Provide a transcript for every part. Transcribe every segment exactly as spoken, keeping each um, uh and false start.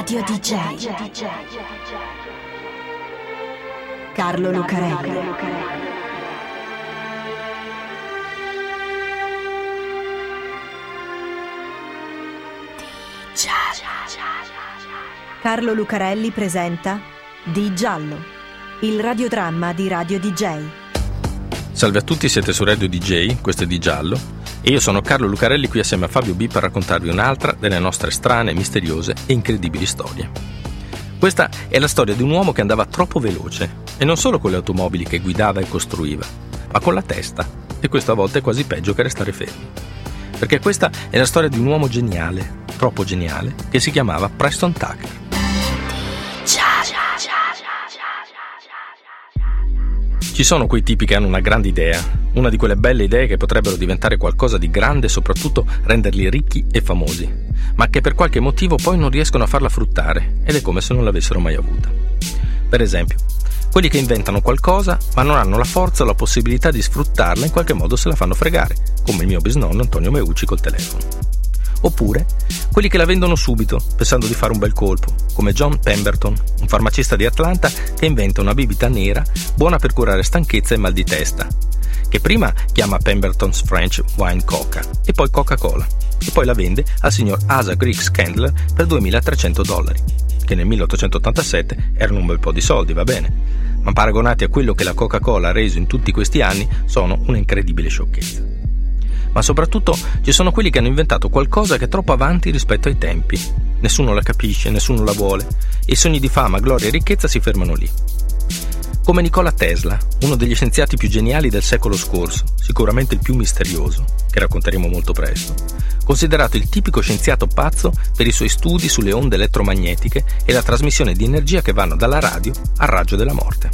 Radio D J Carlo Lucarelli. Carlo Lucarelli presenta Di Giallo, il radiodramma di Radio D J. Salve a tutti, siete su Radio D J, questo è Di Giallo e io sono Carlo Lucarelli qui assieme a Fabio B per raccontarvi un'altra delle nostre strane, misteriose e incredibili storie. Questa è la storia di un uomo che andava troppo veloce e non solo con le automobili che guidava e costruiva, ma con la testa, e questo a volte è quasi peggio che restare fermi. Perché questa è la storia di un uomo geniale, troppo geniale, che si chiamava Preston Tucker. Ci sono quei tipi che hanno una grande idea, una di quelle belle idee che potrebbero diventare qualcosa di grande e soprattutto renderli ricchi e famosi, ma che per qualche motivo poi non riescono a farla fruttare ed è come se non l'avessero mai avuta. Per esempio, quelli che inventano qualcosa ma non hanno la forza o la possibilità di sfruttarla, in qualche modo se la fanno fregare, come il mio bisnonno Antonio Meucci col telefono. Oppure quelli che la vendono subito, pensando di fare un bel colpo, come John Pemberton, un farmacista di Atlanta che inventa una bibita nera buona per curare stanchezza e mal di testa, che prima chiama Pemberton's French Wine Coca e poi Coca-Cola, e poi la vende al signor Asa Griggs Candler per duemilatrecento dollari, che nel milleottocentottantasette erano un bel po' di soldi, va bene, ma paragonati a quello che la Coca-Cola ha reso in tutti questi anni sono un'incredibile sciocchezza. Ma soprattutto ci sono quelli che hanno inventato qualcosa che è troppo avanti rispetto ai tempi. Nessuno la capisce, nessuno la vuole, e i sogni di fama, gloria e ricchezza si fermano lì. Come Nikola Tesla, uno degli scienziati più geniali del secolo scorso, sicuramente il più misterioso, che racconteremo molto presto, considerato il tipico scienziato pazzo per i suoi studi sulle onde elettromagnetiche e la trasmissione di energia che vanno dalla radio al raggio della morte.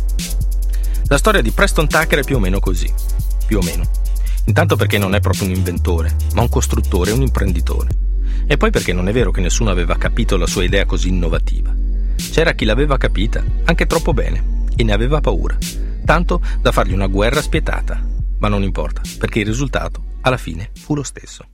La storia di Preston Tucker è più o meno così, più o meno. Intanto perché non è proprio un inventore, ma un costruttore, un imprenditore. E poi perché non è vero che nessuno aveva capito la sua idea così innovativa. C'era chi l'aveva capita, anche troppo bene, e ne aveva paura, tanto da fargli una guerra spietata. Ma non importa, perché il risultato, alla fine, fu lo stesso.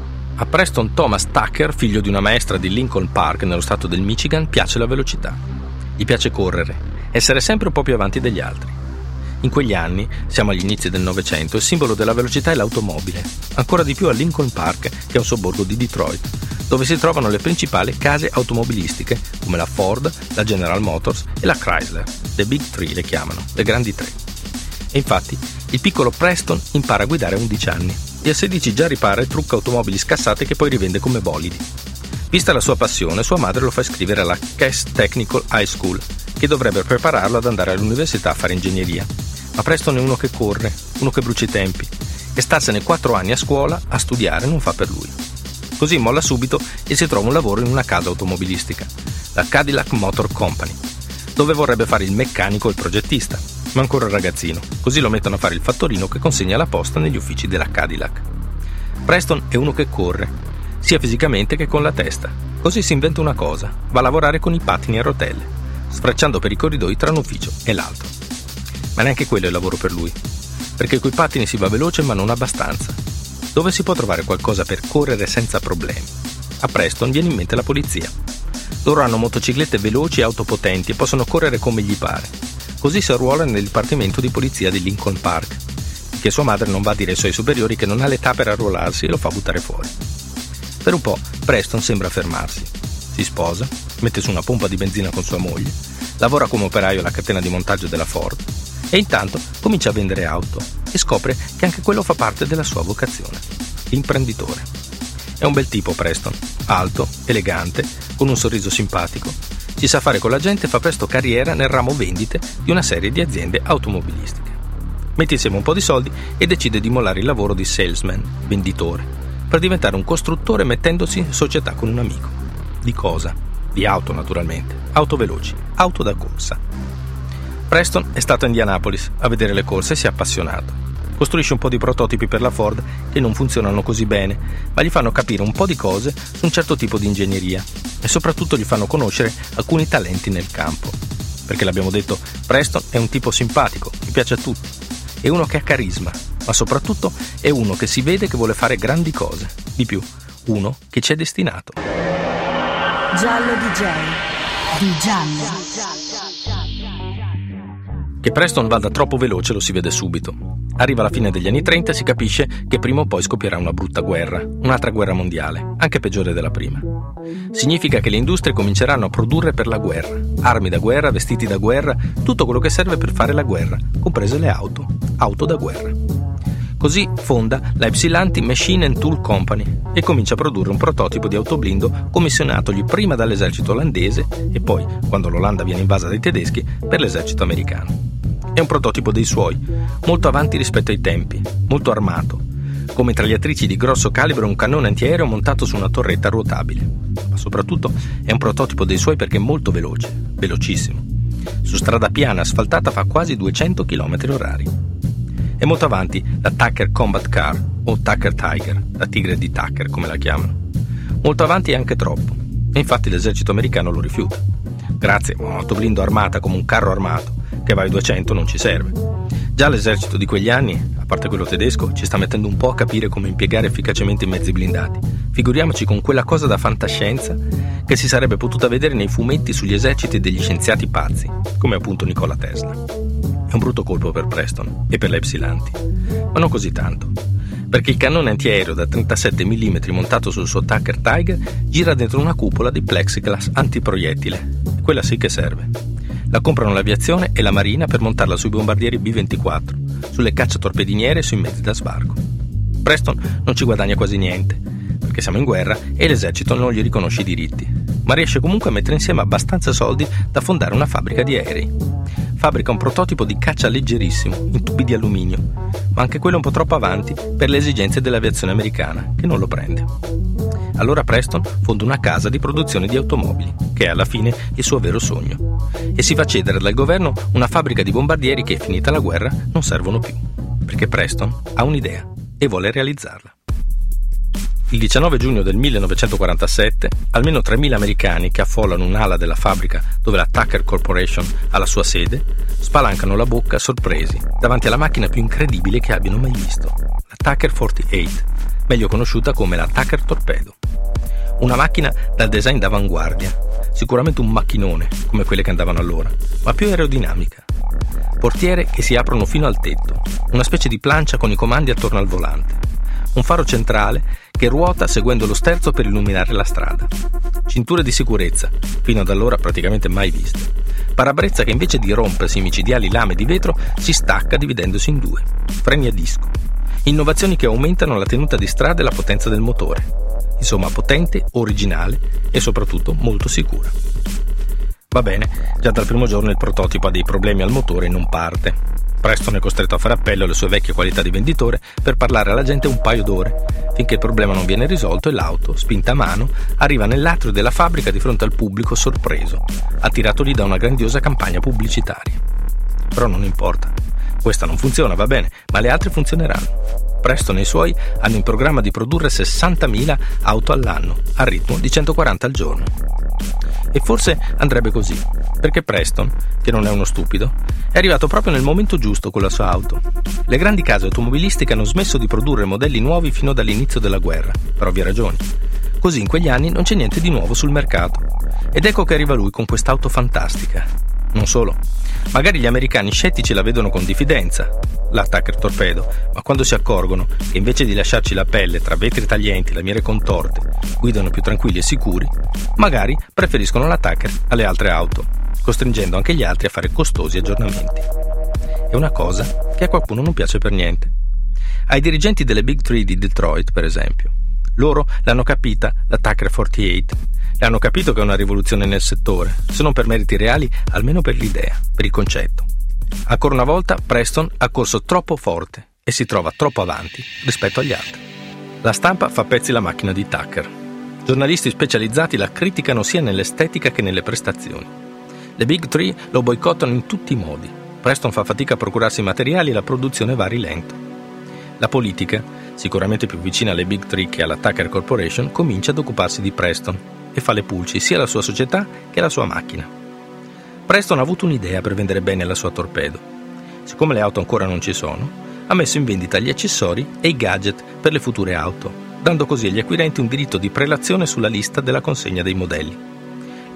A Preston Thomas Tucker, figlio di una maestra di Lincoln Park, nello stato del Michigan, piace la velocità. Gli piace correre, essere sempre un po' più avanti degli altri. In quegli anni, siamo agli inizi del Novecento, il simbolo della velocità è l'automobile, ancora di più a Lincoln Park, che è un sobborgo di Detroit, dove si trovano le principali case automobilistiche, come la Ford, la General Motors e la Chrysler, le Big Three le chiamano, le grandi tre. E infatti, il piccolo Preston impara a guidare a undici anni, e a sedici già ripara e trucca automobili scassate che poi rivende come bolidi. Vista la sua passione, sua madre lo fa iscrivere alla Cass Technical High School, che dovrebbe prepararlo ad andare all'università a fare ingegneria. Ma Preston è uno che corre, uno che brucia i tempi, e starsene quattro anni a scuola a studiare non fa per lui. Così molla subito e si trova un lavoro in una casa automobilistica, la Cadillac Motor Company, dove vorrebbe fare il meccanico e il progettista, ma ancora un ragazzino, così lo mettono a fare il fattorino che consegna la posta negli uffici della Cadillac. Preston è uno che corre, sia fisicamente che con la testa, così si inventa una cosa, va a lavorare con i pattini a rotelle, sfrecciando per i corridoi tra un ufficio e l'altro. Ma neanche quello è il lavoro per lui, perché coi pattini si va veloce ma non abbastanza. Dove si può trovare qualcosa per correre senza problemi? A Preston viene in mente la polizia. Loro hanno motociclette veloci e auto potenti e possono correre come gli pare. Così si arruola nel dipartimento di polizia di Lincoln Park, che sua madre non va a dire ai suoi superiori che non ha l'età per arruolarsi e lo fa buttare fuori. Per un po' Preston sembra fermarsi. Si sposa, mette su una pompa di benzina con sua moglie, lavora come operaio alla catena di montaggio della Ford e intanto comincia a vendere auto e scopre che anche quello fa parte della sua vocazione, l'imprenditore. È un bel tipo Preston, alto, elegante, con un sorriso simpatico, si sa fare con la gente e fa presto carriera nel ramo vendite di una serie di aziende automobilistiche. Mette insieme un po' di soldi e decide di mollare il lavoro di salesman, venditore, per diventare un costruttore mettendosi in società con un amico. Di cosa? Di auto naturalmente, auto veloci, auto da corsa. Preston è stato a Indianapolis a vedere le corse e si è appassionato. Costruisce un po' di prototipi per la Ford che non funzionano così bene, ma gli fanno capire un po' di cose su un certo tipo di ingegneria e soprattutto gli fanno conoscere alcuni talenti nel campo. Perché l'abbiamo detto, Preston è un tipo simpatico, che piace a tutti, è uno che ha carisma, ma soprattutto è uno che si vede che vuole fare grandi cose. Di più, uno che ci è destinato. Giallo D J. Di Giallo. Che Preston vada troppo veloce lo si vede subito. Arriva la fine degli anni trenta e si capisce che prima o poi scoppierà una brutta guerra, un'altra guerra mondiale, anche peggiore della prima. Significa che le industrie cominceranno a produrre per la guerra, armi da guerra, vestiti da guerra, tutto quello che serve per fare la guerra, comprese le auto, auto da guerra. Così fonda la Ypsilanti Machine and Tool Company e comincia a produrre un prototipo di autoblindo commissionatogli prima dall'esercito olandese e poi, quando l'Olanda viene invasa dai tedeschi, per l'esercito americano. È un prototipo dei suoi, molto avanti rispetto ai tempi, molto armato, con mitragliatrici di grosso calibro e un cannone antiaereo montato su una torretta ruotabile. Ma soprattutto è un prototipo dei suoi perché è molto veloce, velocissimo. Su strada piana asfaltata fa quasi duecento chilometri orari. È molto avanti la Tucker Combat Car, o Tucker Tiger, la tigre di Tucker come la chiamano. Molto avanti e anche troppo, e infatti l'esercito americano lo rifiuta. Grazie, ma un'autoblindo armata come un carro armato, che va ai duecento non ci serve. Già l'esercito di quegli anni, a parte quello tedesco, ci sta mettendo un po' a capire come impiegare efficacemente i mezzi blindati. Figuriamoci con quella cosa da fantascienza che si sarebbe potuta vedere nei fumetti sugli eserciti degli scienziati pazzi, come appunto Nikola Tesla. È un brutto colpo per Preston e per la Ypsilanti, ma non così tanto, perché il cannone antiaereo da trentasette millimetri montato sul suo Tucker Tiger gira dentro una cupola di plexiglass antiproiettile. Quella sì che serve. La comprano l'aviazione e la marina per montarla sui bombardieri B ventiquattro, sulle cacciatorpediniere e sui mezzi da sbarco. Preston non ci guadagna quasi niente, perché siamo in guerra e l'esercito non gli riconosce i diritti, ma riesce comunque a mettere insieme abbastanza soldi da fondare una fabbrica di aerei. Fabbrica un prototipo di caccia leggerissimo, in tubi di alluminio, ma anche quello un po' troppo avanti per le esigenze dell'aviazione americana, che non lo prende. Allora Preston fonda una casa di produzione di automobili, che è alla fine il suo vero sogno, e si fa cedere dal governo una fabbrica di bombardieri che, finita la guerra, non servono più, perché Preston ha un'idea e vuole realizzarla. Il diciannove giugno del millenovecentoquarantasette, almeno tremila americani che affollano un'ala della fabbrica dove la Tucker Corporation ha la sua sede, spalancano la bocca sorpresi davanti alla macchina più incredibile che abbiano mai visto, la Tucker quarantotto, meglio conosciuta come la Tucker Torpedo. Una macchina dal design d'avanguardia, sicuramente un macchinone come quelle che andavano allora, ma più aerodinamica. Portiere che si aprono fino al tetto, una specie di plancia con i comandi attorno al volante. Un faro centrale che ruota seguendo lo sterzo per illuminare la strada. Cinture di sicurezza, fino ad allora praticamente mai viste. Parabrezza che invece di rompersi in micidiali lame di vetro si stacca dividendosi in due. Freni a disco. Innovazioni che aumentano la tenuta di strada e la potenza del motore. Insomma, potente, originale e soprattutto molto sicura. Va bene, già dal primo giorno il prototipo ha dei problemi al motore e non parte. Preston è costretto a fare appello alle sue vecchie qualità di venditore per parlare alla gente un paio d'ore, finché il problema non viene risolto e l'auto, spinta a mano, arriva nell'atrio della fabbrica di fronte al pubblico sorpreso, attirato lì da una grandiosa campagna pubblicitaria. Però non importa. Questa non funziona, va bene, ma le altre funzioneranno. Preston e i suoi hanno in programma di produrre sessantamila auto all'anno, al ritmo di centoquaranta al giorno. E forse andrebbe così, perché Preston, che non è uno stupido, è arrivato proprio nel momento giusto con la sua auto. Le grandi case automobilistiche hanno smesso di produrre modelli nuovi fino dall'inizio della guerra, per ovvie ragioni. Così in quegli anni non c'è niente di nuovo sul mercato. Ed ecco che arriva lui con quest'auto fantastica. Non solo. Magari gli americani scettici la vedono con diffidenza, la Tucker Torpedo, ma quando si accorgono che invece di lasciarci la pelle tra vetri taglienti e lamiere contorte, guidano più tranquilli e sicuri, magari preferiscono la Tucker alle altre auto, costringendo anche gli altri a fare costosi aggiornamenti. È una cosa che a qualcuno non piace per niente. Ai dirigenti delle Big Three di Detroit, per esempio. Loro l'hanno capita, la Tucker quarantotto, e hanno capito che è una rivoluzione nel settore, se non per meriti reali, almeno per l'idea, per il concetto. Ancora una volta Preston ha corso troppo forte e si trova troppo avanti rispetto agli altri. La stampa fa pezzi la macchina di Tucker. Giornalisti specializzati la criticano sia nell'estetica che nelle prestazioni. Le Big Three lo boicottano in tutti i modi. Preston fa fatica a procurarsi i materiali e la produzione va a rilento. La politica, sicuramente più vicina alle Big Three che alla Tucker Corporation, comincia ad occuparsi di Preston e fa le pulci sia alla sua società che alla sua macchina. Preston ha avuto un'idea per vendere bene la sua Torpedo. Siccome le auto ancora non ci sono, ha messo in vendita gli accessori e i gadget per le future auto, dando così agli acquirenti un diritto di prelazione sulla lista della consegna dei modelli.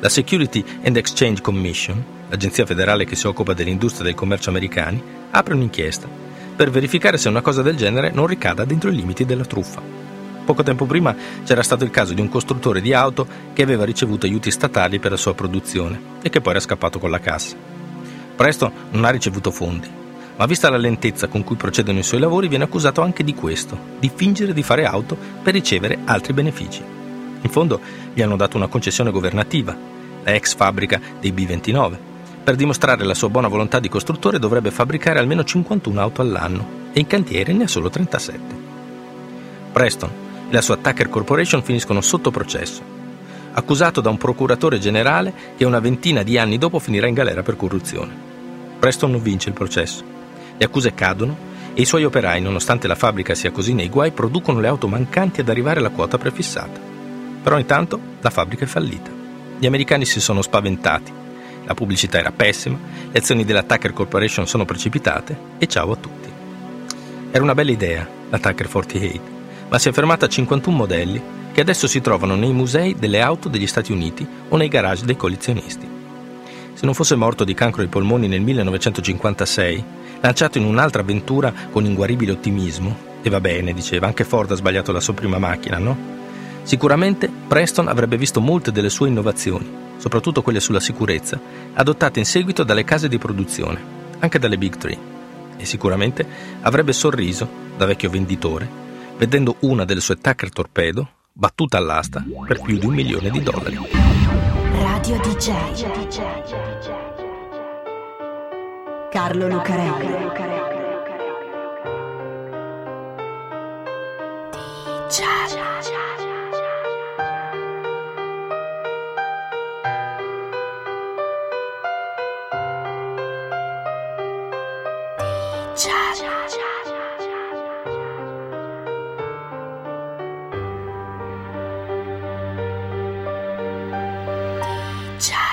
La Security and Exchange Commission, l'agenzia federale che si occupa dell'industria del commercio americani, apre un'inchiesta per verificare se una cosa del genere non ricada dentro i limiti della truffa. Poco tempo prima c'era stato il caso di un costruttore di auto che aveva ricevuto aiuti statali per la sua produzione e che poi era scappato con la cassa. Preston non ha ricevuto fondi, ma vista la lentezza con cui procedono i suoi lavori viene accusato anche di questo, di fingere di fare auto per ricevere altri benefici. In fondo gli hanno dato una concessione governativa, la ex fabbrica dei B ventinove. Per dimostrare la sua buona volontà di costruttore dovrebbe fabbricare almeno cinquantuno auto all'anno e in cantiere ne ha solo trentasette. Preston e la sua Tucker Corporation finiscono sotto processo, accusato da un procuratore generale che una ventina di anni dopo finirà in galera per corruzione. Preston non vince il processo, le accuse cadono e i suoi operai, nonostante la fabbrica sia così nei guai, producono le auto mancanti ad arrivare alla quota prefissata. Però intanto la fabbrica è fallita. Gli americani si sono spaventati, la pubblicità era pessima, le azioni della Tucker Corporation sono precipitate e ciao a tutti. Era una bella idea, la Tucker quarantotto, ma si è fermata a cinquantuno modelli che adesso si trovano nei musei delle auto degli Stati Uniti o nei garage dei collezionisti. Se non fosse morto di cancro ai polmoni nel millenovecentocinquantasei, lanciato in un'altra avventura con inguaribile ottimismo, e va bene, diceva, anche Ford ha sbagliato la sua prima macchina, no? Sicuramente Preston avrebbe visto molte delle sue innovazioni, soprattutto quelle sulla sicurezza, adottate in seguito dalle case di produzione, anche dalle Big Three, e sicuramente avrebbe sorriso, da vecchio venditore, vedendo una delle sue Tucker Torpedo battuta all'asta per più di un milione di dollari. Radio D J Carlo Lucarelli. D J Ciao.